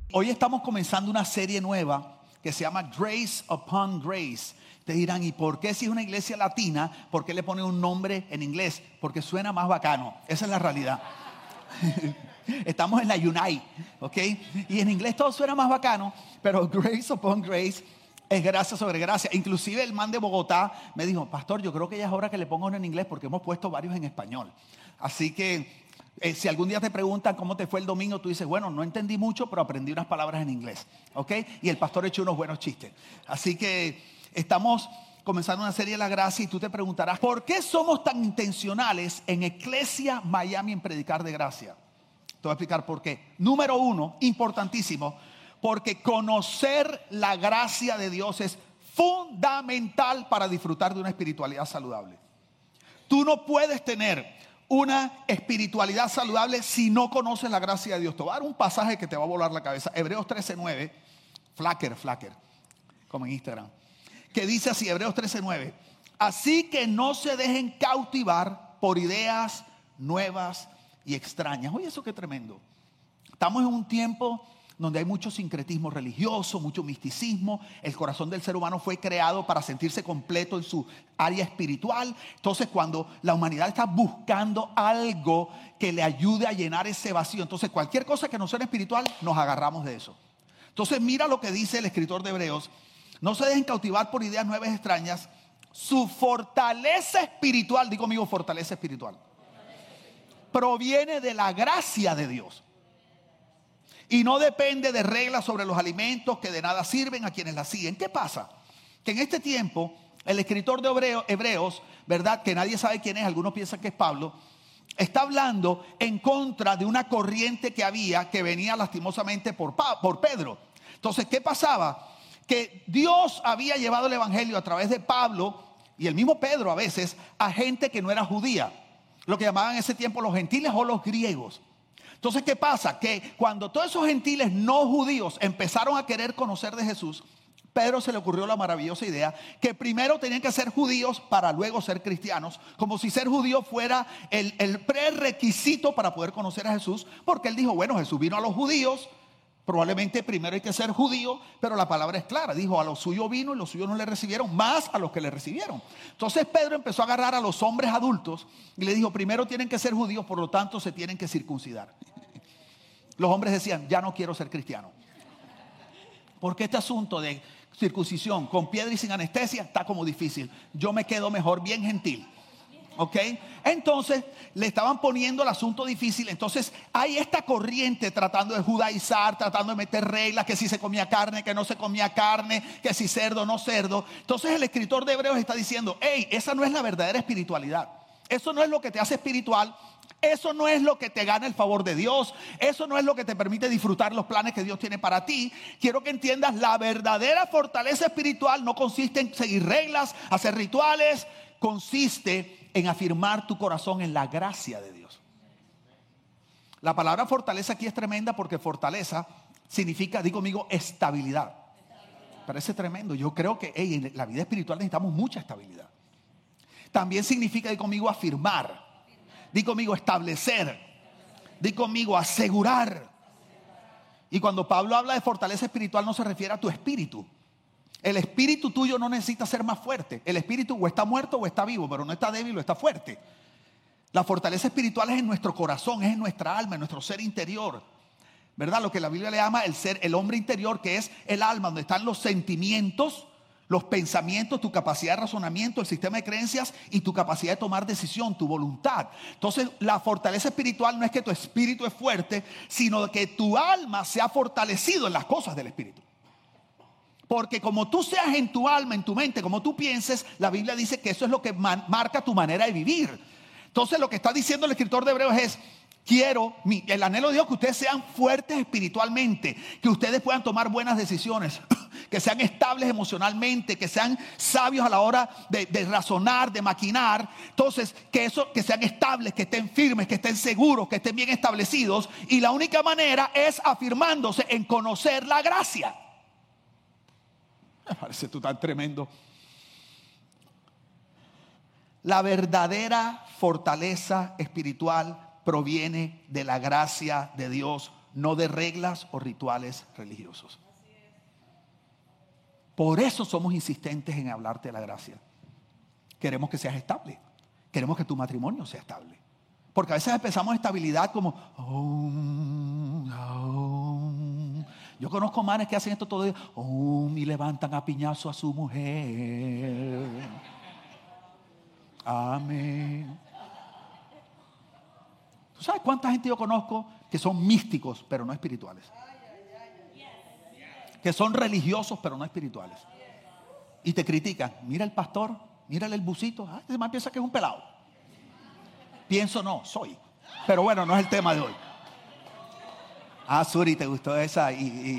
Hoy estamos comenzando una serie nueva que se llama Grace Upon Grace. Te dirán, ¿y por qué si es una iglesia latina, por qué le ponen un nombre en inglés? Porque suena más bacano. Esa es la realidad. Estamos en la Unite, ¿ok? Y en inglés todo suena más bacano, pero Grace Upon Grace es gracia sobre gracia. Inclusive el man de Bogotá me dijo, pastor, yo creo que ya es hora que le ponga uno en inglés porque hemos puesto varios en español. Así que si algún día te preguntan cómo te fue el domingo, tú dices, bueno, no entendí mucho, pero aprendí unas palabras en inglés, ¿ok? Y el pastor echó unos buenos chistes. Así que estamos comenzando una serie de la gracia y tú te preguntarás, ¿por qué somos tan intencionales en Iglesia Miami en predicar de gracia? Te voy a explicar por qué. Número uno, importantísimo, porque conocer la gracia de Dios es fundamental para disfrutar de una espiritualidad saludable. Tú no puedes tener una espiritualidad saludable si no conoces la gracia de Dios. Te voy a dar un pasaje que te va a volar la cabeza. Hebreos 13:9, flacker, como en Instagram, que dice así, Hebreos 13:9. Así que no se dejen cautivar por ideas nuevas y extrañas. Oye, eso qué tremendo. Estamos en un tiempo donde hay mucho sincretismo religioso, mucho misticismo. El corazón del ser humano fue creado para sentirse completo en su área espiritual. Entonces, cuando la humanidad está buscando algo que le ayude a llenar ese vacío, entonces cualquier cosa que no sea espiritual, nos agarramos de eso. Entonces, mira lo que dice el escritor de Hebreos. No se dejen cautivar por ideas nuevas y extrañas. Su fortaleza espiritual, digo conmigo, fortaleza espiritual, proviene de la gracia de Dios. Y no depende de reglas sobre los alimentos que de nada sirven a quienes las siguen. ¿Qué pasa? Que en este tiempo, el escritor de Hebreos, ¿verdad? Que nadie sabe quién es, algunos piensan que es Pablo, está hablando en contra de una corriente que había, que venía lastimosamente por Pedro. Entonces, ¿qué pasaba? Que Dios había llevado el evangelio a través de Pablo y el mismo Pedro a veces a gente que no era judía, lo que llamaban en ese tiempo los gentiles o los griegos. Entonces, ¿qué pasa? Que cuando todos esos gentiles no judíos empezaron a querer conocer de Jesús, Pedro se le ocurrió la maravillosa idea que primero tenían que ser judíos para luego ser cristianos, como si ser judío fuera el prerequisito para poder conocer a Jesús, porque él dijo, bueno, Jesús vino a los judíos, probablemente primero hay que ser judío, pero la palabra es clara, dijo, a los suyos vino y los suyos no le recibieron, más a los que le recibieron. Entonces Pedro empezó a agarrar a los hombres adultos y le dijo, primero tienen que ser judíos, por lo tanto se tienen que circuncidar. Los hombres decían, ya no quiero ser cristiano, porque este asunto de circuncisión con piedra y sin anestesia está como difícil. Yo me quedo mejor bien gentil. ¿Ok? Entonces le estaban poniendo el asunto difícil. Entonces hay esta corriente tratando de judaizar, tratando de meter reglas, que si se comía carne, que no se comía carne, que si cerdo, no cerdo. Entonces el escritor de Hebreos está diciendo, hey, esa no es la verdadera espiritualidad. Eso no es lo que te hace espiritual. Eso no es lo que te gana el favor de Dios. Eso no es lo que te permite disfrutar los planes que Dios tiene para ti. Quiero que entiendas, la verdadera fortaleza espiritual no consiste en seguir reglas, hacer rituales. Consiste en afirmar tu corazón en la gracia de Dios. La palabra fortaleza aquí es tremenda porque fortaleza significa, digo conmigo, estabilidad. Parece tremendo. Yo creo que en la vida espiritual necesitamos mucha estabilidad. También significa, digo conmigo, afirmar. Di conmigo establecer. Di conmigo asegurar. Y cuando Pablo habla de fortaleza espiritual no se refiere a tu espíritu. El espíritu tuyo no necesita ser más fuerte. El espíritu o está muerto o está vivo, pero no está débil o está fuerte. La fortaleza espiritual es en nuestro corazón, es en nuestra alma, en nuestro ser interior, ¿verdad? Lo que la Biblia le llama el hombre interior, que es el alma, donde están los sentimientos, los pensamientos, tu capacidad de razonamiento, el sistema de creencias y tu capacidad de tomar decisión, tu voluntad. Entonces, la fortaleza espiritual no es que tu espíritu es fuerte, sino que tu alma se ha fortalecido en las cosas del espíritu. Porque como tú seas en tu alma, en tu mente, como tú pienses, la Biblia dice que eso es lo que marca tu manera de vivir. Entonces, lo que está diciendo el escritor de Hebreos es, el anhelo de Dios, que ustedes sean fuertes espiritualmente, que ustedes puedan tomar buenas decisiones, que sean estables emocionalmente, que sean sabios a la hora de razonar, de maquinar. Entonces, que sean estables, que estén firmes, que estén seguros, que estén bien establecidos. Y la única manera es afirmándose en conocer la gracia. Me parece tú tan tremendo. La verdadera fortaleza espiritual proviene de la gracia de Dios, no de reglas o rituales religiosos. Por eso somos insistentes en hablarte de la gracia. Queremos que seas estable. Queremos que tu matrimonio sea estable. Porque a veces empezamos estabilidad como... Yo conozco manes que hacen esto todo el día. Y levantan a piñazo a su mujer. Amén. ¿Tú sabes cuánta gente yo conozco que son místicos, pero no espirituales? Que son religiosos, pero no espirituales. Y te critican. Mira el pastor, mírale el busito. Ese man piensa que es un pelado. Pienso no, soy. Pero bueno, no es el tema de hoy. Suri, ¿te gustó esa?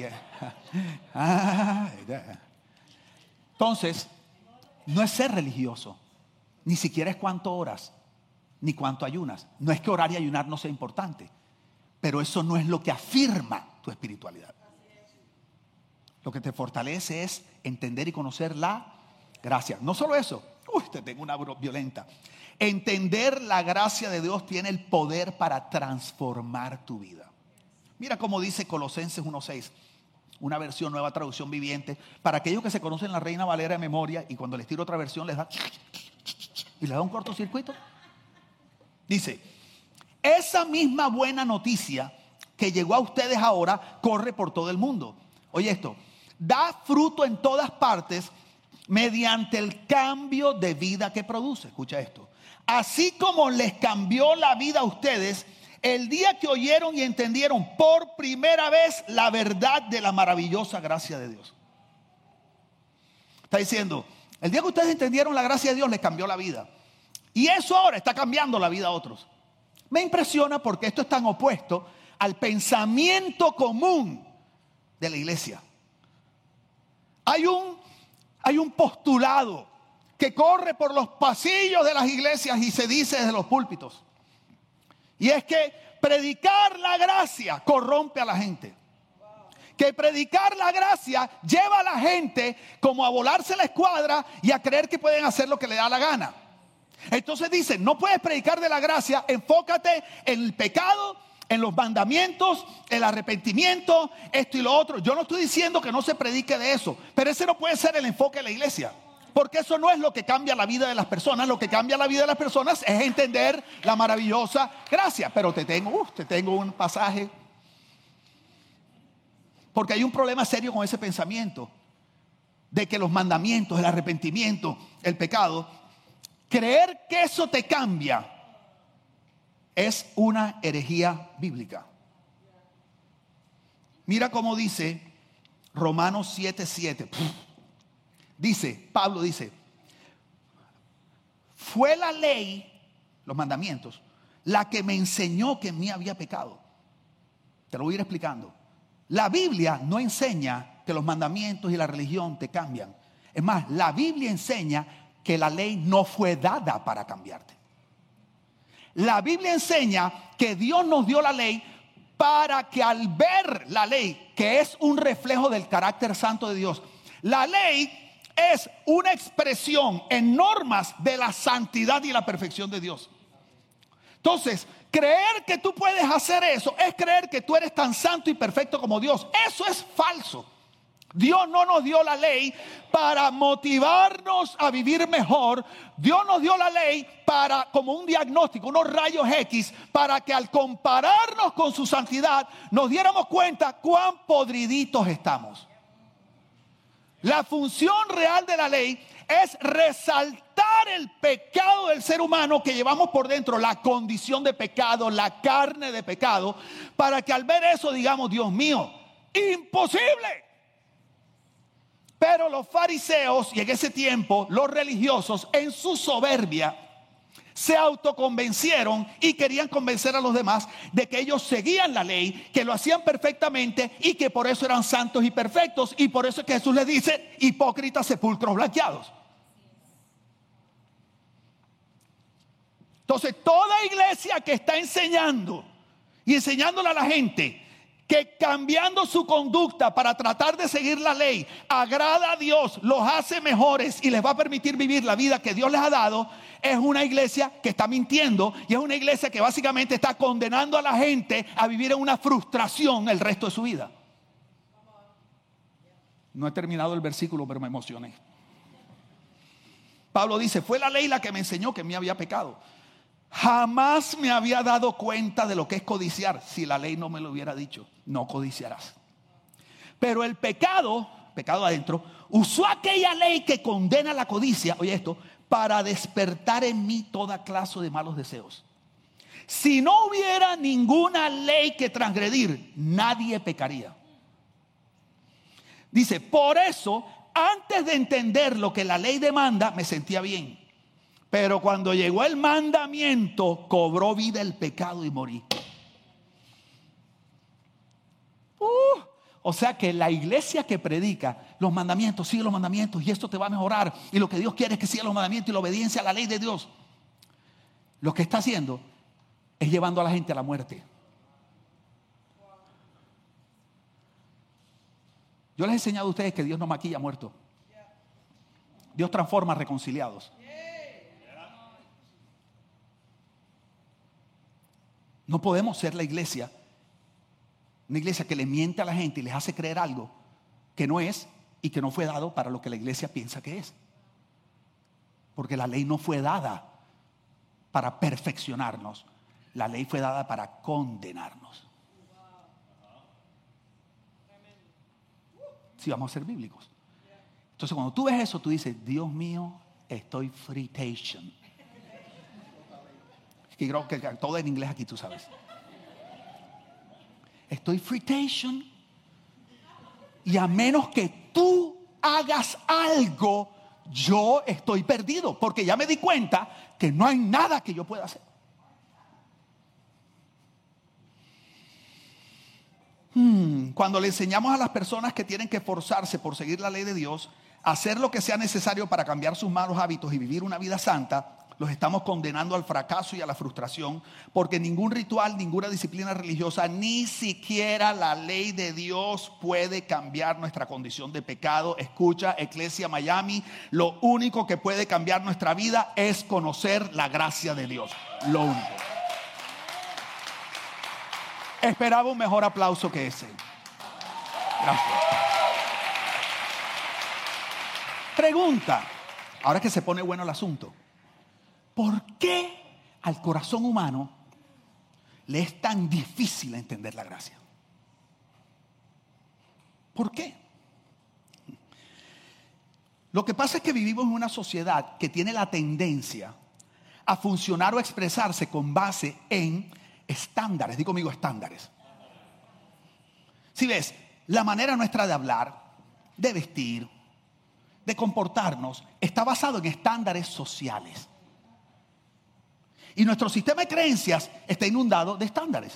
Entonces, no es ser religioso. Ni siquiera es cuánto oras, ni cuánto ayunas. No es que orar y ayunar no sea importante. Pero eso no es lo que afirma tu espiritualidad. Lo que te fortalece es entender y conocer la gracia. No solo eso. Te tengo una violenta. Entender la gracia de Dios tiene el poder para transformar tu vida. Mira cómo dice Colosenses 1:6. Una versión, nueva traducción viviente. Para aquellos que se conocen la Reina Valera de memoria y cuando les tiro otra versión les da... y les da un cortocircuito. Dice, esa misma buena noticia que llegó a ustedes ahora corre por todo el mundo. Oye esto, da fruto en todas partes mediante el cambio de vida que produce. Escucha esto. Así como les cambió la vida a ustedes el día que oyeron y entendieron por primera vez la verdad de la maravillosa gracia de Dios. Está diciendo, el día que ustedes entendieron la gracia de Dios les cambió la vida. Y eso ahora está cambiando la vida a otros. Me impresiona porque esto es tan opuesto al pensamiento común de la iglesia. Hay un postulado que corre por los pasillos de las iglesias y se dice desde los púlpitos. Y es que predicar la gracia corrompe a la gente. Que predicar la gracia lleva a la gente como a volarse la escuadra y a creer que pueden hacer lo que le da la gana. Entonces dicen, no puedes predicar de la gracia, enfócate en el pecado, en los mandamientos, el arrepentimiento, esto y lo otro. Yo no estoy diciendo que no se predique de eso, pero ese no puede ser el enfoque de la iglesia. Porque eso no es lo que cambia la vida de las personas. Lo que cambia la vida de las personas es entender la maravillosa gracia. Pero te tengo un pasaje. Porque hay un problema serio con ese pensamiento de que los mandamientos, el arrepentimiento, el pecado, creer que eso te cambia es una herejía bíblica. Mira cómo dice Romanos 7:7. Pablo dice, fue la ley, los mandamientos, la que me enseñó que en mí había pecado. Te lo voy a ir explicando. La Biblia no enseña que los mandamientos y la religión te cambian. Es más, la Biblia enseña que la ley no fue dada para cambiarte. La Biblia enseña que Dios nos dio la ley para que al ver la ley, que es un reflejo del carácter santo de Dios, la ley es una expresión en normas de la santidad y la perfección de Dios. Entonces, creer que tú puedes hacer eso es creer que tú eres tan santo y perfecto como Dios. Eso es falso. Dios no nos dio la ley para motivarnos a vivir mejor. Dios nos dio la ley para, como un diagnóstico, unos rayos X, para que al compararnos con su santidad nos diéramos cuenta cuán podriditos estamos. La función real de la ley es resaltar el pecado del ser humano que llevamos por dentro, la condición de pecado, la carne de pecado, para que al ver eso digamos, Dios mío, imposible. Pero los fariseos y en ese tiempo los religiosos en su soberbia se autoconvencieron y querían convencer a los demás de que ellos seguían la ley, que lo hacían perfectamente y que por eso eran santos y perfectos. Y por eso es que Jesús les dice, hipócritas, sepulcros blanqueados. Entonces toda iglesia que está enseñando y enseñándole a la gente que cambiando su conducta para tratar de seguir la ley, agrada a Dios, los hace mejores y les va a permitir vivir la vida que Dios les ha dado, es una iglesia que está mintiendo y es una iglesia que básicamente está condenando a la gente a vivir en una frustración el resto de su vida. No he terminado el versículo, pero me emocioné. Pablo dice, fue la ley la que me enseñó que en mí había pecado. Jamás me había dado cuenta de lo que es codiciar si la ley no me lo hubiera dicho. No codiciarás. Pero el pecado adentro, usó aquella ley que condena la codicia, oye esto, para despertar en mí toda clase de malos deseos. Si no hubiera ninguna ley que transgredir, nadie pecaría. Dice, por eso, antes de entender lo que la ley demanda, me sentía bien. Pero cuando llegó el mandamiento, cobró vida el pecado y morí. O sea que la iglesia que predica los mandamientos, sigue los mandamientos y esto te va a mejorar. Y lo que Dios quiere es que siga los mandamientos y la obediencia a la ley de Dios. Lo que está haciendo es llevando a la gente a la muerte. Yo les he enseñado a ustedes que Dios no maquilla muertos. Dios transforma reconciliados. No podemos ser la iglesia, una iglesia que le miente a la gente y les hace creer algo que no es y que no fue dado para lo que la iglesia piensa que es. Porque la ley no fue dada para perfeccionarnos, la ley fue dada para condenarnos. Si vamos a ser bíblicos. Entonces cuando tú ves eso, tú dices, Dios mío, estoy fritation. Y creo que todo en inglés aquí, tú sabes. Estoy fritation. Y a menos que tú hagas algo, yo estoy perdido. Porque ya me di cuenta que no hay nada que yo pueda hacer. Cuando le enseñamos a las personas que tienen que esforzarse por seguir la ley de Dios, hacer lo que sea necesario para cambiar sus malos hábitos y vivir una vida santa, los estamos condenando al fracaso y a la frustración, porque ningún ritual, ninguna disciplina religiosa, ni siquiera la ley de Dios puede cambiar nuestra condición de pecado. Escucha, Iglesia Miami, lo único que puede cambiar nuestra vida es conocer la gracia de Dios. Lo único. Esperaba un mejor aplauso que ese. Gracias. Pregunta, ahora que se pone bueno el asunto. ¿Por qué al corazón humano le es tan difícil entender la gracia? ¿Por qué? Lo que pasa es que vivimos en una sociedad que tiene la tendencia a funcionar o expresarse con base en estándares. Digo conmigo, estándares. Si ves, la manera nuestra de hablar, de vestir, de comportarnos, está basado en estándares sociales. Y nuestro sistema de creencias está inundado de estándares.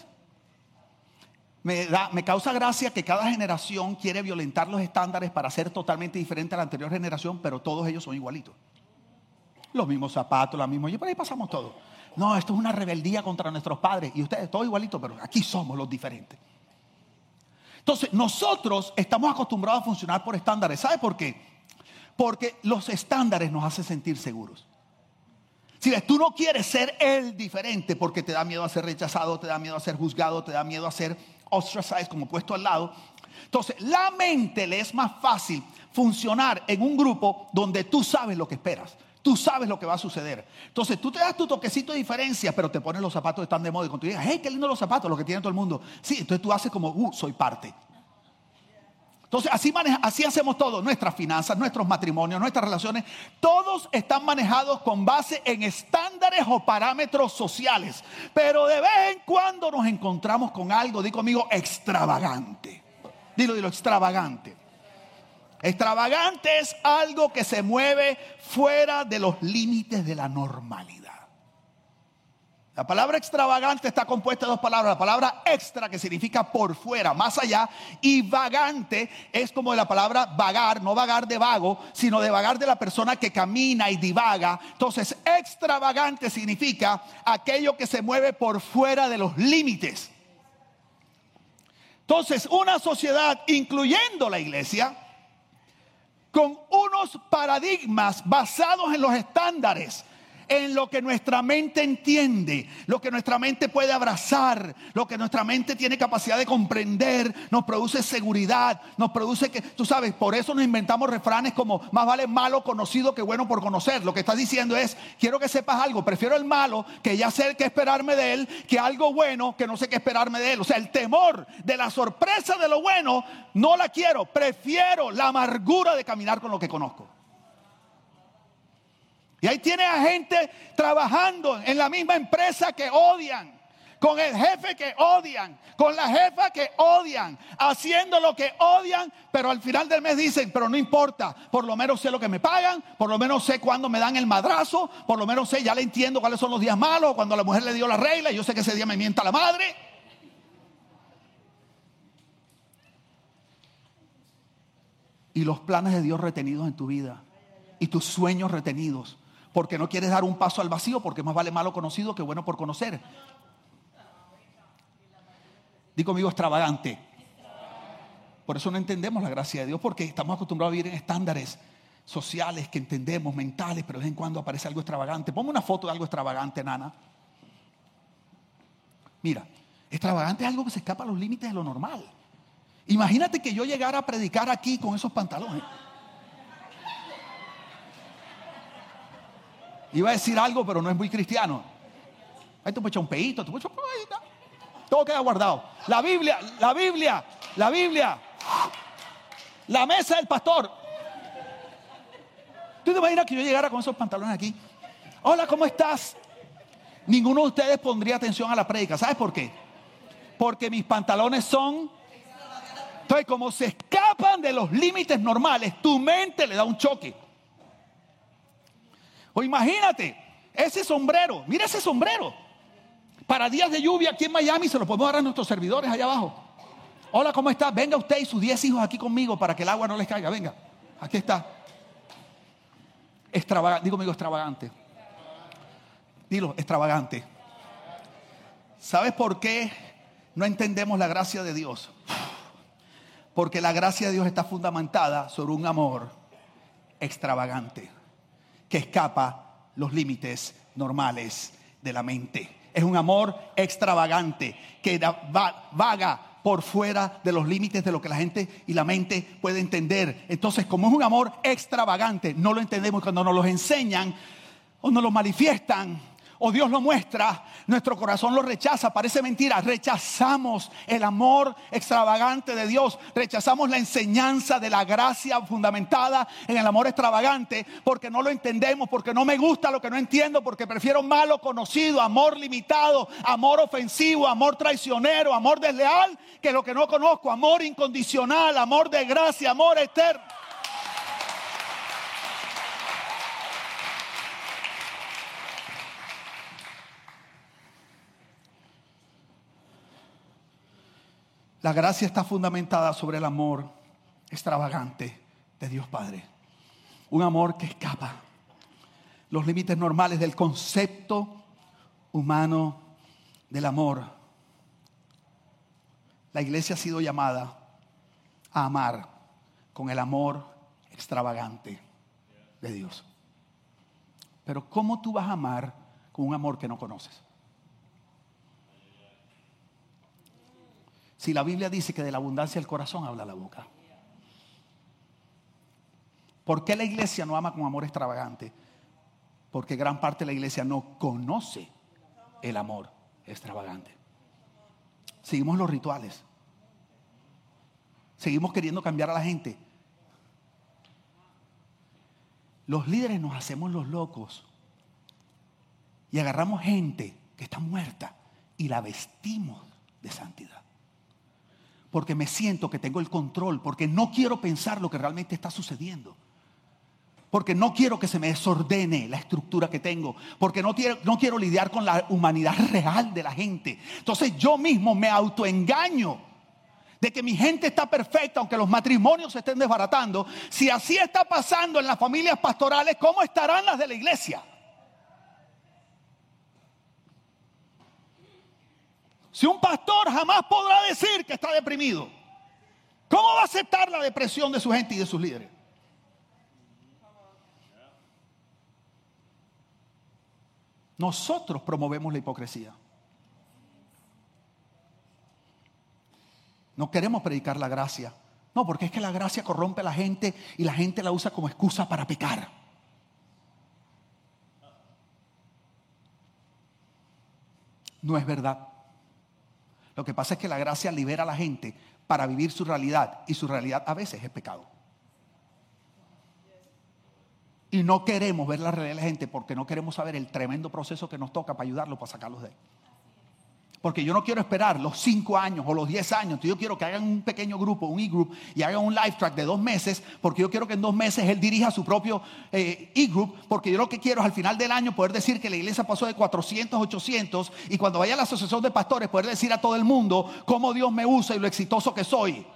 Me causa gracia que cada generación quiere violentar los estándares para ser totalmente diferente a la anterior generación, pero todos ellos son igualitos. Los mismos zapatos, los mismos, y por ahí pasamos todo. No, esto es una rebeldía contra nuestros padres. Y ustedes, todos igualitos, pero aquí somos los diferentes. Entonces, nosotros estamos acostumbrados a funcionar por estándares. ¿Sabe por qué? Porque los estándares nos hacen sentir seguros. Si ves, tú no quieres ser el diferente porque te da miedo a ser rechazado, te da miedo a ser juzgado, te da miedo a ser ostracized, como puesto al lado. Entonces, la mente le es más fácil funcionar en un grupo donde tú sabes lo que esperas. Tú sabes lo que va a suceder. Entonces, tú te das tu toquecito de diferencia, pero te pones los zapatos que están de moda. Y cuando tú digas, hey, qué lindo los zapatos, lo que tiene todo el mundo. Sí, entonces tú haces como, soy parte. Entonces, así hacemos todo. Nuestras finanzas, nuestros matrimonios, nuestras relaciones. Todos están manejados con base en estándares o parámetros sociales. Pero de vez en cuando nos encontramos con algo, di conmigo, extravagante. Dilo, extravagante. Extravagante es algo que se mueve fuera de los límites de la normalidad. La palabra extravagante está compuesta de dos palabras. La palabra extra, que significa por fuera, más allá, y vagante es como de la palabra vagar, no vagar de vago, sino de vagar de la persona que camina y divaga. Entonces, extravagante significa aquello que se mueve por fuera de los límites. Entonces, una sociedad, incluyendo la iglesia, con unos paradigmas basados en los estándares, en lo que nuestra mente entiende, lo que nuestra mente puede abrazar, lo que nuestra mente tiene capacidad de comprender, nos produce seguridad, nos produce que, tú sabes, por eso nos inventamos refranes como más vale malo conocido que bueno por conocer. Lo que estás diciendo es, quiero que sepas algo, prefiero el malo, que ya sé qué esperarme de él, que algo bueno, que no sé qué esperarme de él. O sea, el temor de la sorpresa de lo bueno, no la quiero, prefiero la amargura de caminar con lo que conozco. Y ahí tiene a gente trabajando en la misma empresa que odian, con el jefe que odian, con la jefa que odian, haciendo lo que odian, pero al final del mes dicen, pero no importa, por lo menos sé lo que me pagan, por lo menos sé cuándo me dan el madrazo, por lo menos sé, ya le entiendo cuáles son los días malos, cuando la mujer le dio la regla, yo sé que ese día me mienta la madre. Y los planes de Dios retenidos en tu vida, y tus sueños retenidos, porque no quieres dar un paso al vacío, porque más vale malo conocido que bueno por conocer. Di conmigo, extravagante. Por eso no entendemos la gracia de Dios, porque estamos acostumbrados a vivir en estándares sociales que entendemos, mentales, pero de vez en cuando aparece algo extravagante. Ponme una foto de algo extravagante, nana. Mira, extravagante es algo que se escapa a los límites de lo normal. Imagínate que yo llegara a predicar aquí con esos pantalones. Iba a decir algo, pero no es muy cristiano. Ahí te puedes echar un peito, todo queda guardado. La Biblia, la mesa del pastor. ¿Tú te imaginas que yo llegara con esos pantalones aquí? Hola, ¿cómo estás? Ninguno de ustedes pondría atención a la prédica. ¿Sabes por qué? Porque mis pantalones son... Entonces, como se escapan de los límites normales, tu mente le da un choque. O imagínate, ese sombrero, mira ese sombrero. Para días de lluvia aquí en Miami se lo podemos dar a nuestros servidores allá abajo. Hola, ¿cómo está? Venga usted y sus 10 hijos aquí conmigo para que el agua no les caiga. Venga, aquí está. Extravagante, digo conmigo, extravagante. Dilo, extravagante. ¿Sabes por qué no entendemos la gracia de Dios? Porque la gracia de Dios está fundamentada sobre un amor extravagante que escapa los límites normales de la mente. Es un amor extravagante que vaga por fuera de los límites de lo que la gente y la mente puede entender. Entonces, como es un amor extravagante, no lo entendemos. Cuando nos lo enseñan o nos lo manifiestan o Dios lo muestra, nuestro corazón lo rechaza. Parece mentira. Rechazamos el amor extravagante de Dios. Rechazamos la enseñanza de la gracia fundamentada en el amor extravagante porque no lo entendemos, porque no me gusta lo que no entiendo, porque prefiero malo conocido, amor limitado, amor ofensivo, amor traicionero, amor desleal, que lo que no conozco, amor incondicional, amor de gracia, amor eterno. La gracia está fundamentada sobre el amor extravagante de Dios Padre. Un amor que escapa los límites normales del concepto humano del amor. La iglesia ha sido llamada a amar con el amor extravagante de Dios. Pero ¿cómo tú vas a amar con un amor que no conoces? Si la Biblia dice que de la abundancia del corazón habla la boca. ¿Por qué la iglesia no ama con amor extravagante? Porque gran parte de la iglesia no conoce el amor extravagante. Seguimos los rituales. Seguimos queriendo cambiar a la gente. Los líderes nos hacemos los locos y agarramos gente que está muerta y la vestimos de santidad. Porque me siento que tengo el control, porque no quiero pensar lo que realmente está sucediendo. Porque no quiero que se me desordene la estructura que tengo. Porque no quiero lidiar con la humanidad real de la gente. Entonces yo mismo me autoengaño de que mi gente está perfecta, aunque los matrimonios se estén desbaratando. Si así está pasando en las familias pastorales, ¿cómo estarán las de la iglesia? Si un pastor jamás podrá decir que está deprimido. ¿Cómo va a aceptar la depresión de su gente y de sus líderes? Nosotros promovemos la hipocresía. No queremos predicar la gracia. No, porque es que la gracia corrompe a la gente y la gente la usa como excusa para pecar. No es verdad. Lo que pasa es que la gracia libera a la gente para vivir su realidad, y su realidad a veces es pecado. Y no queremos ver la realidad de la gente porque no queremos saber el tremendo proceso que nos toca para ayudarlos, para sacarlos de ahí. Porque yo no quiero esperar los 5 años o los 10 años. Yo quiero que hagan un pequeño grupo, un e-group, y hagan un live track de 2 meses, porque yo quiero que en 2 meses él dirija su propio e-group, porque yo lo que quiero es al final del año poder decir que la iglesia pasó de 400 a 800, y cuando vaya a la asociación de pastores poder decir a todo el mundo cómo Dios me usa y lo exitoso que soy.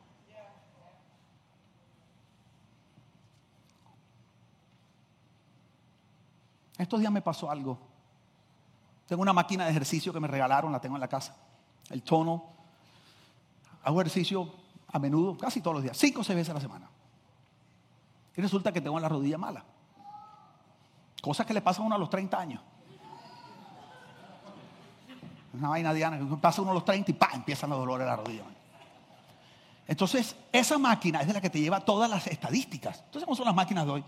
Estos días me pasó algo. Tengo una máquina de ejercicio que me regalaron, la tengo en la casa. El tono. Hago ejercicio a menudo, casi todos los días, 5 o 6 veces a la semana. Y resulta que tengo la rodilla mala. Cosas que le pasan a uno a los 30 años. Una vaina diana, que pasa uno a los 30 y ¡pam! Empiezan los dolores de la rodilla. Entonces, esa máquina es de la que te lleva todas las estadísticas. Entonces, ¿cómo son las máquinas de hoy?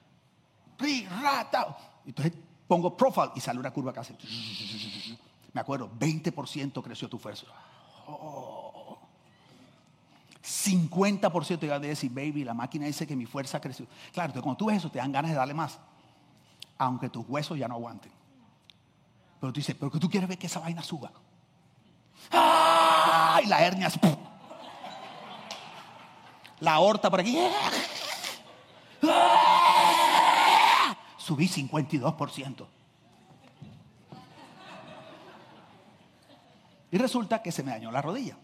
Entonces pongo profile y sale una curva casi. Me acuerdo, 20% creció tu fuerza. 50% iba a decir, baby, la máquina dice que mi fuerza creció. Claro, entonces cuando tú ves eso te dan ganas de darle más, aunque tus huesos ya no aguanten. Pero tú dices, pero que tú quieres ver que esa vaina suba. ¡Ah! Y la hernia, la aorta por aquí. Subí 52%. Y resulta que se me dañó la rodilla.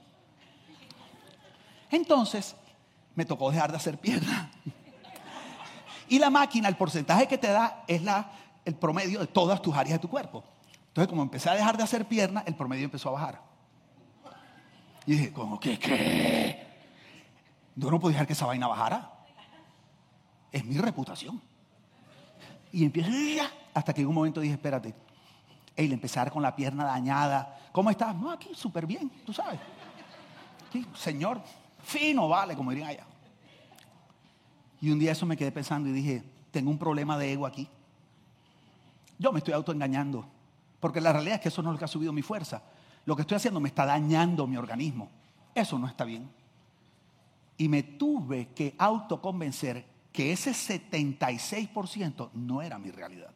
Entonces, me tocó dejar de hacer pierna. Y la máquina, el porcentaje que te da es el promedio de todas tus áreas de tu cuerpo. Entonces, como empecé a dejar de hacer pierna, el promedio empezó a bajar. Y dije, ¿cómo que qué? Yo no puedo dejar que esa vaina bajara. Es mi reputación. Y empiezo hasta que en un momento dije, espérate. Le empecé a dar con la pierna dañada. ¿Cómo estás? No, aquí súper bien, tú sabes. Sí, señor, fino, vale, como dirían allá. Y un día eso me quedé pensando y dije, tengo un problema de ego aquí. Yo me estoy autoengañando. Porque la realidad es que eso no es lo que ha subido mi fuerza. Lo que estoy haciendo me está dañando mi organismo. Eso no está bien. Y me tuve que autoconvencer que ese 76% no era mi realidad.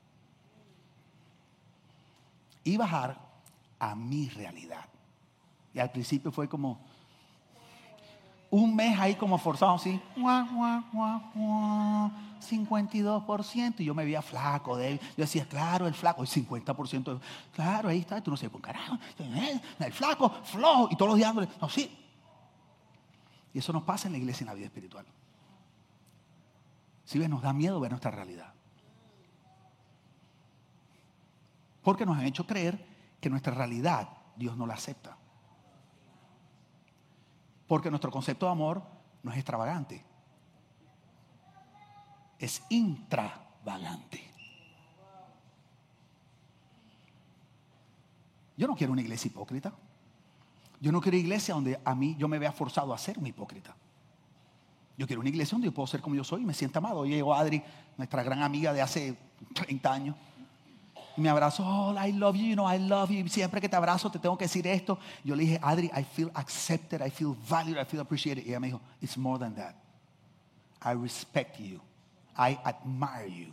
Y bajar a mi realidad. Y al principio fue como un mes ahí como forzado así. 52%. Y yo me veía flaco, débil. Yo decía, claro, el flaco, el 50%. Claro, ahí está, tú no sé por carajo. El flaco, flojo. Y todos los días dándole, no, sí. Y eso nos pasa en la iglesia, en la vida espiritual. Si ves, nos da miedo ver nuestra realidad. Porque nos han hecho creer que nuestra realidad Dios no la acepta. Porque nuestro concepto de amor no es extravagante. Es intravagante. Yo no quiero una iglesia hipócrita. Yo no quiero una iglesia donde yo me vea forzado a ser un hipócrita. Yo quiero una iglesia donde yo puedo ser como yo soy y me sienta amado. Hoy llegó Adri, nuestra gran amiga de hace 30 años. Y me abrazó, oh, I love you, I love you. Y siempre que te abrazo te tengo que decir esto. Yo le dije, Adri, I feel accepted, I feel valued, I feel appreciated. Y ella me dijo, it's more than that. I respect you. I admire you.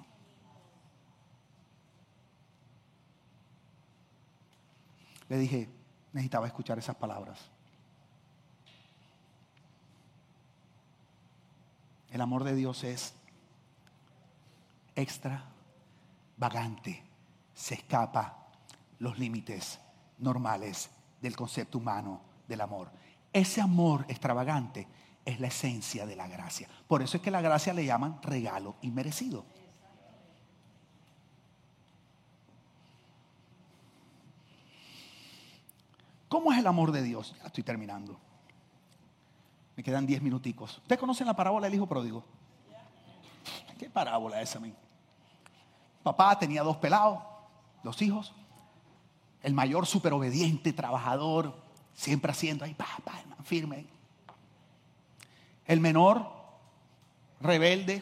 Le dije, necesitaba escuchar esas palabras. El amor de Dios es extravagante. Se escapa los límites normales del concepto humano del amor. Ese amor extravagante es la esencia de la gracia. Por eso es que la gracia le llaman regalo inmerecido. ¿Cómo es el amor de Dios? Ya estoy terminando. Me quedan 10 minuticos. ¿Ustedes conocen la parábola del hijo pródigo? ¿Qué parábola es esa, man? Papá tenía 2 pelados, 2 hijos. El mayor súper obediente, trabajador, siempre haciendo ahí, firme. El menor, rebelde.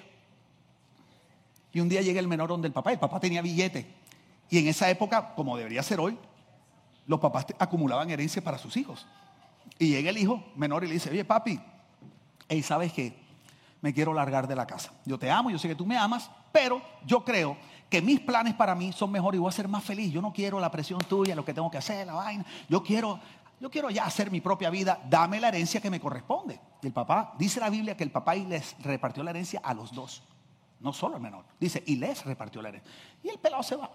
Y un día llega el menor donde el papá tenía billete. Y en esa época, como debería ser hoy, los papás acumulaban herencia para sus hijos. Y llega el hijo menor y le dice, oye papi, ¿sabes qué? Me quiero largar de la casa. Yo te amo, yo sé que tú me amas, pero yo creo que mis planes para mí son mejores y voy a ser más feliz. Yo no quiero la presión tuya, lo que tengo que hacer, la vaina. Yo quiero ya hacer mi propia vida. Dame la herencia que me corresponde. Y el papá, dice la Biblia que el papá y les repartió la herencia a los 2. No solo al menor. Dice, y les repartió la herencia. Y el pelado se va.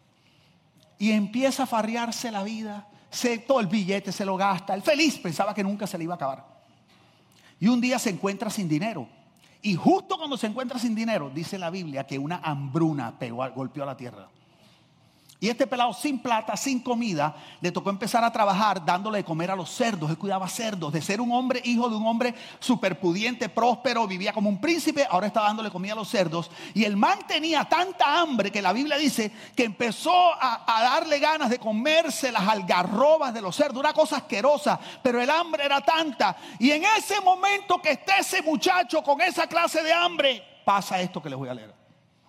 Y empieza a farrearse la vida. Todo el billete se lo gasta. El feliz pensaba que nunca se le iba a acabar. Y un día se encuentra sin dinero. Y justo cuando se encuentra sin dinero, dice la Biblia que una hambruna golpeó a la tierra. Y este pelado sin plata, sin comida, le tocó empezar a trabajar dándole de comer a los cerdos. Él cuidaba cerdos. De ser un hombre, hijo de un hombre superpudiente, próspero, vivía como un príncipe, ahora estaba dándole comida a los cerdos. Y el man tenía tanta hambre que la Biblia dice que empezó a darle ganas de comerse las algarrobas de los cerdos. Una cosa asquerosa, pero el hambre era tanta. Y en ese momento que está ese muchacho con esa clase de hambre, pasa esto que les voy a leer.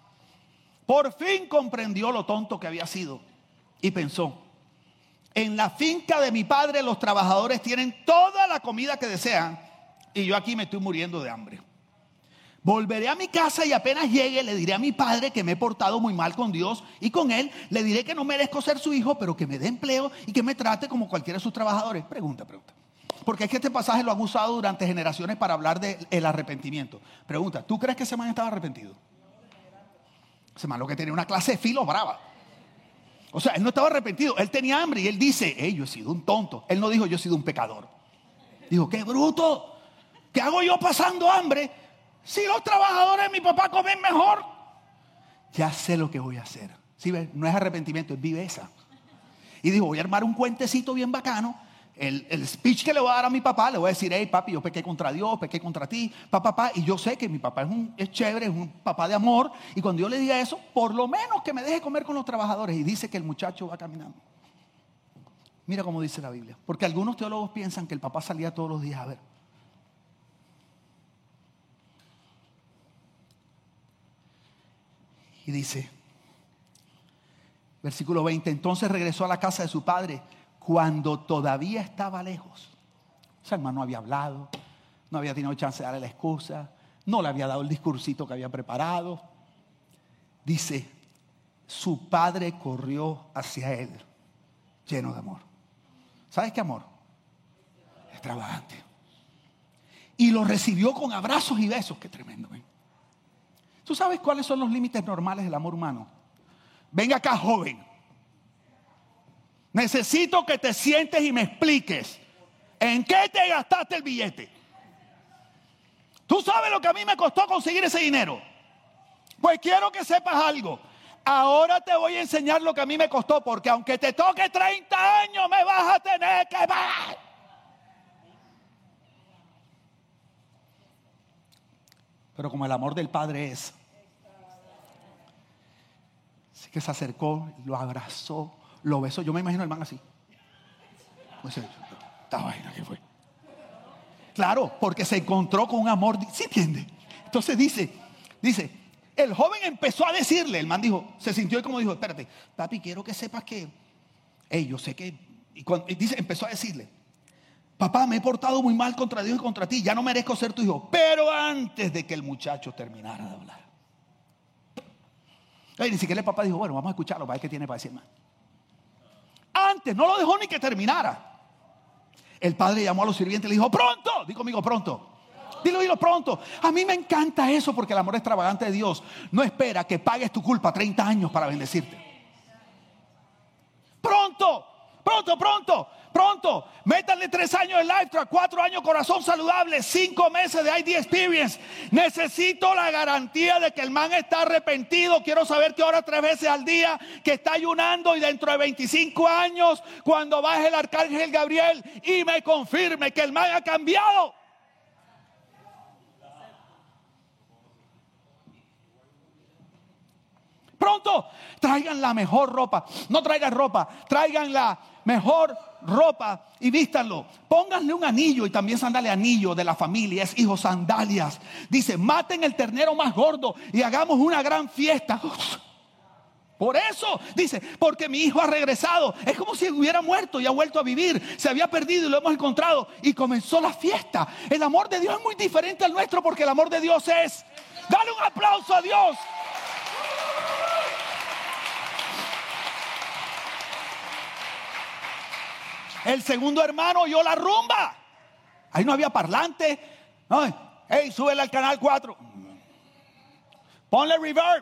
Por fin comprendió lo tonto que había sido y pensó, en la finca de mi padre los trabajadores tienen toda la comida que desean y yo aquí me estoy muriendo de hambre. Volveré a mi casa y apenas llegue le diré a mi padre que me he portado muy mal con Dios y con él. Le diré que no merezco ser su hijo, pero que me dé empleo y que me trate como cualquiera de sus trabajadores. Pregunta. Porque es que este pasaje lo han usado durante generaciones para hablar del arrepentimiento. Pregunta, ¿tú crees que ese man estaba arrepentido? Ese man lo que tenía una clase de filo brava. O sea, él no estaba arrepentido. Él tenía hambre y él dice, yo he sido un tonto. Él no dijo, yo he sido un pecador. Dijo, qué bruto. ¿Qué hago yo pasando hambre si los trabajadores de mi papá comen mejor? Ya sé lo que voy a hacer. ¿Sí ves? No es arrepentimiento, es viveza. Y dijo, voy a armar un cuentecito bien bacano. El speech que le voy a dar a mi papá, le voy a decir, hey papi, yo pequé contra Dios, pequé contra ti, papá, y yo sé que mi papá es chévere, es un papá de amor, y cuando yo le diga eso, por lo menos que me deje comer con los trabajadores. Y dice que el muchacho va caminando. Mira cómo dice la Biblia, porque algunos teólogos piensan que el papá salía todos los días a ver. Y dice, versículo 20, entonces regresó a la casa de su padre cuando todavía estaba lejos. O sea, el hermano no había hablado, no había tenido chance de darle la excusa, no le había dado el discursito que había preparado. Dice, su padre corrió hacia él, lleno de amor. ¿Sabes qué amor? Extravagante. Y lo recibió con abrazos y besos. Qué tremendo, ¿eh? ¿Tú sabes cuáles son los límites normales del amor humano? Venga acá, joven. Necesito que te sientes y me expliques en qué te gastaste el billete. ¿Tú sabes lo que a mí me costó conseguir ese dinero? Pues quiero que sepas algo. Ahora te voy a enseñar lo que a mí me costó, porque aunque te toque 30 años me vas a tener que pagar. Pero como el amor del Padre es, así que se acercó, lo abrazó, lo besó. Yo me imagino el man así. Pues, esta vaina que fue. Claro, porque se encontró con un amor. ¿Sí entiende? Entonces dice, el joven empezó a decirle, el man dijo, se sintió y como dijo, espérate, papi, quiero que sepas que, yo sé que, y dice, empezó a decirle, papá, me he portado muy mal contra Dios y contra ti, ya no merezco ser tu hijo. Pero antes de que el muchacho terminara de hablar, ni siquiera el papá dijo, bueno, vamos a escucharlo para ver qué tiene para decir más. Antes, no lo dejó ni que terminara. El padre llamó a los sirvientes y le dijo, pronto, digo conmigo, pronto. Dilo pronto. A mí me encanta eso porque el amor extravagante de Dios no espera que pagues tu culpa 30 años para bendecirte. Pronto, Pronto. Métanle 3 años de LifeTrack, 4 años corazón saludable, 5 meses de ID Experience. Necesito la garantía de que el man está arrepentido. Quiero saber que ora 3 veces al día, que está ayunando, y dentro de 25 años, cuando baje el arcángel Gabriel y me confirme que el man ha cambiado. Pronto, traigan la mejor ropa. No traigan ropa, traigan la mejor ropa y vístanlo. Pónganle un anillo y también sandale anillo de la familia. Es hijo, sandalias. Dice, maten el ternero más gordo y hagamos una gran fiesta. Por eso, dice, porque mi hijo ha regresado. Es como si hubiera muerto y ha vuelto a vivir. Se había perdido y lo hemos encontrado. Y comenzó la fiesta. El amor de Dios es muy diferente al nuestro, porque el amor de Dios es... Dale un aplauso a Dios. El segundo hermano oyó la rumba. Ahí no había parlante. No, hey, súbele al canal 4. Ponle reverb.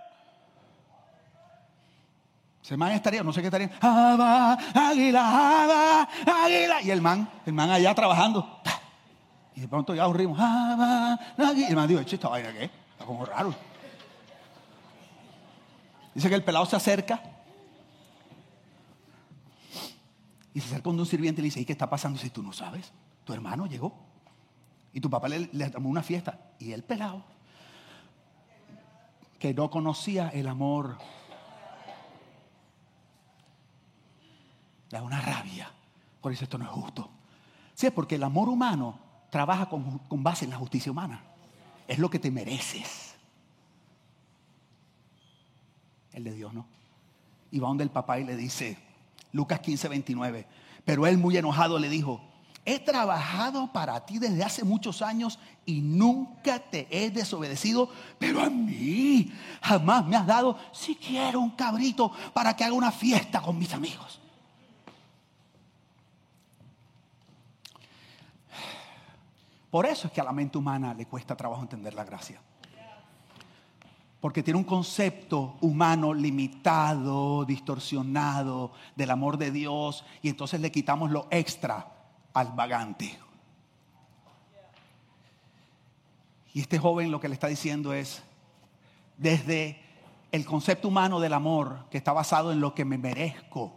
Se man estaría, no sé qué estaría. Aba, águila, águila. Y el man allá trabajando. Y de pronto ya un ritmo. Aba, águila. Y el man dijo, esta vaina, ¿qué? Está como raro. Dice que el pelado se acerca. Y se acerca un sirviente y le dice, ¿y qué está pasando? Si tú no sabes, tu hermano llegó y tu papá le armó una fiesta. Y el pelado, que no conocía el amor, le da una rabia. Por eso esto no es justo. Sí, es porque el amor humano trabaja con base en la justicia humana. Es lo que te mereces. El de Dios no. Y va donde el papá y le dice, Lucas 15:29. Pero él, muy enojado, le dijo, he trabajado para ti desde hace muchos años y nunca te he desobedecido, pero a mí jamás me has dado siquiera un cabrito para que haga una fiesta con mis amigos. Por eso es que a la mente humana le cuesta trabajo entender la gracia. Porque tiene un concepto humano limitado, distorsionado del amor de Dios, y entonces le quitamos lo extra al vagante. Y este joven lo que le está diciendo es, desde el concepto humano del amor, que está basado en lo que me merezco,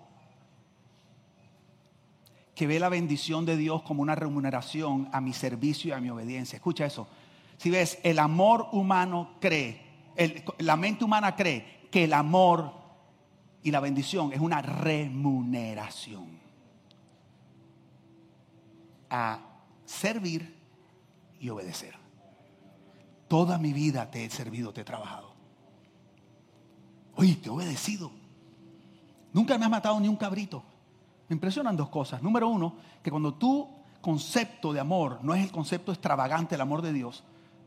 que ve la bendición de Dios como una remuneración a mi servicio y a mi obediencia. Escucha eso. Si ves, el amor humano cree, la mente humana cree que el amor y la bendición es una remuneración a servir y obedecer. Toda mi vida te he servido, te he trabajado. Oye, te he obedecido. Nunca me has matado ni un cabrito. Me impresionan 2 cosas. Número 1, que cuando tu concepto de amor no es el concepto extravagante del amor de Dios,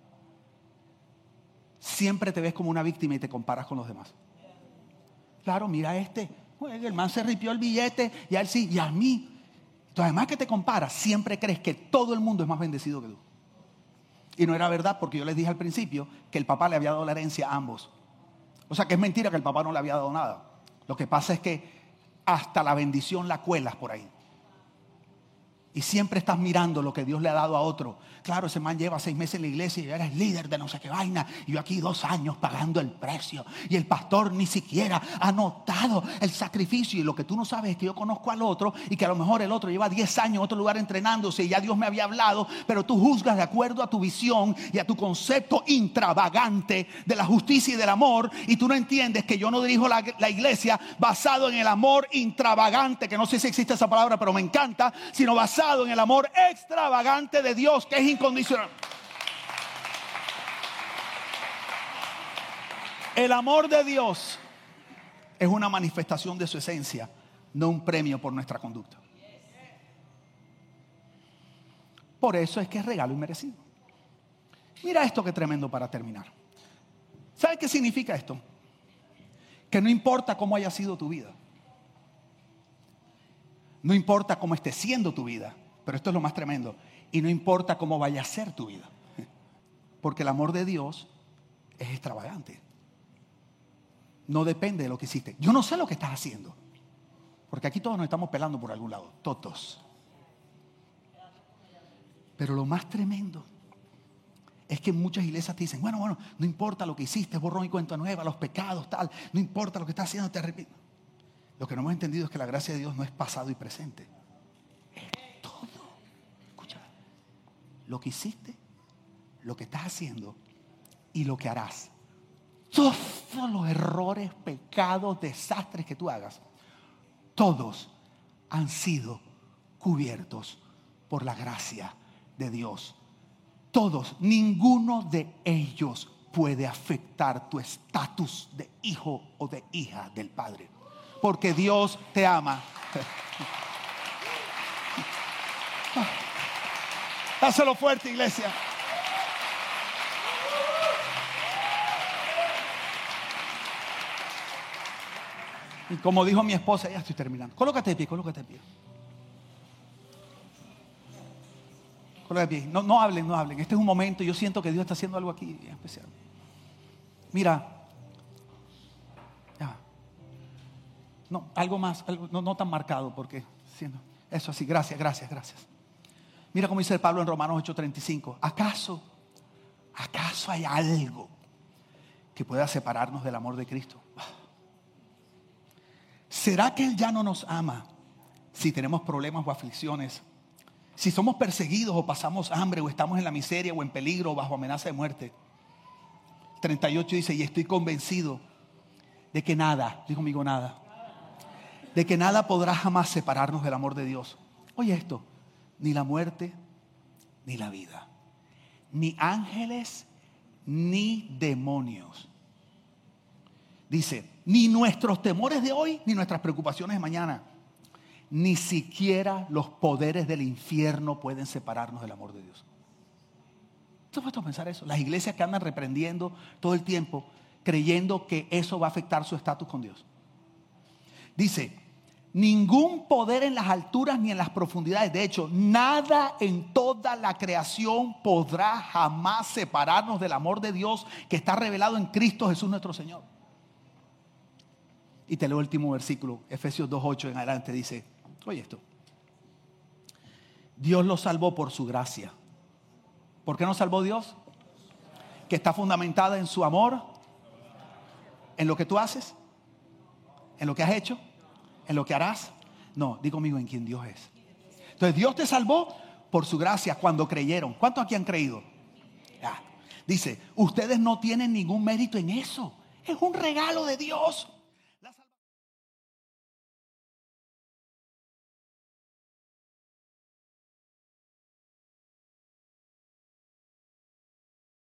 siempre te ves como una víctima y te comparas con los demás. Claro, mira el man se ripió el billete y a él sí, y a mí. Entonces, además que te comparas, siempre crees que todo el mundo es más bendecido que tú. Y no era verdad, porque yo les dije al principio que el papá le había dado la herencia a ambos. O sea que es mentira que el papá no le había dado nada. Lo que pasa es que hasta la bendición la cuelas por ahí. Y siempre estás mirando lo que Dios le ha dado a otro. Claro, ese man lleva 6 meses en la iglesia y ya eres líder de no sé qué vaina. Y yo aquí 2 años pagando el precio. Y el pastor ni siquiera ha notado el sacrificio. Y lo que tú no sabes es que yo conozco al otro y que a lo mejor el otro lleva 10 años en otro lugar entrenándose y ya Dios me había hablado. Pero tú juzgas de acuerdo a tu visión y a tu concepto intravagante de la justicia y del amor. Y tú no entiendes que yo no dirijo la iglesia basado en el amor intravagante, que no sé si existe esa palabra, pero me encanta, sino basado en el amor extravagante de Dios, que es incondicional. El amor de Dios es una manifestación de su esencia, no un premio por nuestra conducta. Por eso es que es regalo inmerecido. Mira esto que tremendo para terminar. ¿Sabes qué significa esto? Que no importa cómo haya sido tu vida, no importa cómo esté siendo tu vida, pero esto es lo más tremendo, y no importa cómo vaya a ser tu vida, porque el amor de Dios es extravagante. No depende de lo que hiciste. Yo no sé lo que estás haciendo. Porque aquí todos nos estamos pelando por algún lado, todos. Pero lo más tremendo es que en muchas iglesias te dicen, bueno, no importa lo que hiciste, borrón y cuenta nueva, los pecados, tal, no importa lo que estás haciendo, te arrepientes. Lo que no hemos entendido es que la gracia de Dios no es pasado y presente. Es todo. Escucha, lo que hiciste, lo que estás haciendo y lo que harás. Todos los errores, pecados, desastres que tú hagas, todos han sido cubiertos por la gracia de Dios. Todos, ninguno de ellos puede afectar tu estatus de hijo o de hija del Padre. Porque Dios te ama. Dáselo fuerte, iglesia. Y como dijo mi esposa, ya estoy terminando. Colócate de pie, colócate de pie. No hablen. Este es un momento, yo siento que Dios está haciendo algo aquí especial. Mira, ya. No, algo más, no tan marcado, porque eso así, gracias. Mira cómo dice Pablo en Romanos 8:35. ¿Acaso hay algo que pueda separarnos del amor de Cristo? ¿Será que Él ya no nos ama si tenemos problemas o aflicciones? Si somos perseguidos o pasamos hambre o estamos en la miseria o en peligro o bajo amenaza de muerte. 38 dice, y estoy convencido de que nada, digo conmigo nada, de que nada podrá jamás separarnos del amor de Dios. Oye esto, ni la muerte ni la vida, ni ángeles ni demonios. Dice, ni nuestros temores de hoy ni nuestras preocupaciones de mañana. Ni siquiera los poderes del infierno pueden separarnos del amor de Dios. ¿Te has puesto a pensar eso? Las iglesias que andan reprendiendo todo el tiempo, creyendo que eso va a afectar su estatus con Dios. Dice, ningún poder en las alturas ni en las profundidades. De hecho, nada en toda la creación podrá jamás separarnos del amor de Dios que está revelado en Cristo Jesús nuestro Señor. Y te leo el último versículo, Efesios 2:8 en adelante, dice, oye esto. Dios los salvó por su gracia. ¿Por qué nos salvó Dios? Que está fundamentada en su amor, en lo que tú haces, en lo que has hecho, en lo que harás. No, di conmigo en quién Dios es. Entonces Dios te salvó por su gracia cuando creyeron. ¿Cuántos aquí han creído? Dice, ustedes no tienen ningún mérito en eso. Es un regalo de Dios.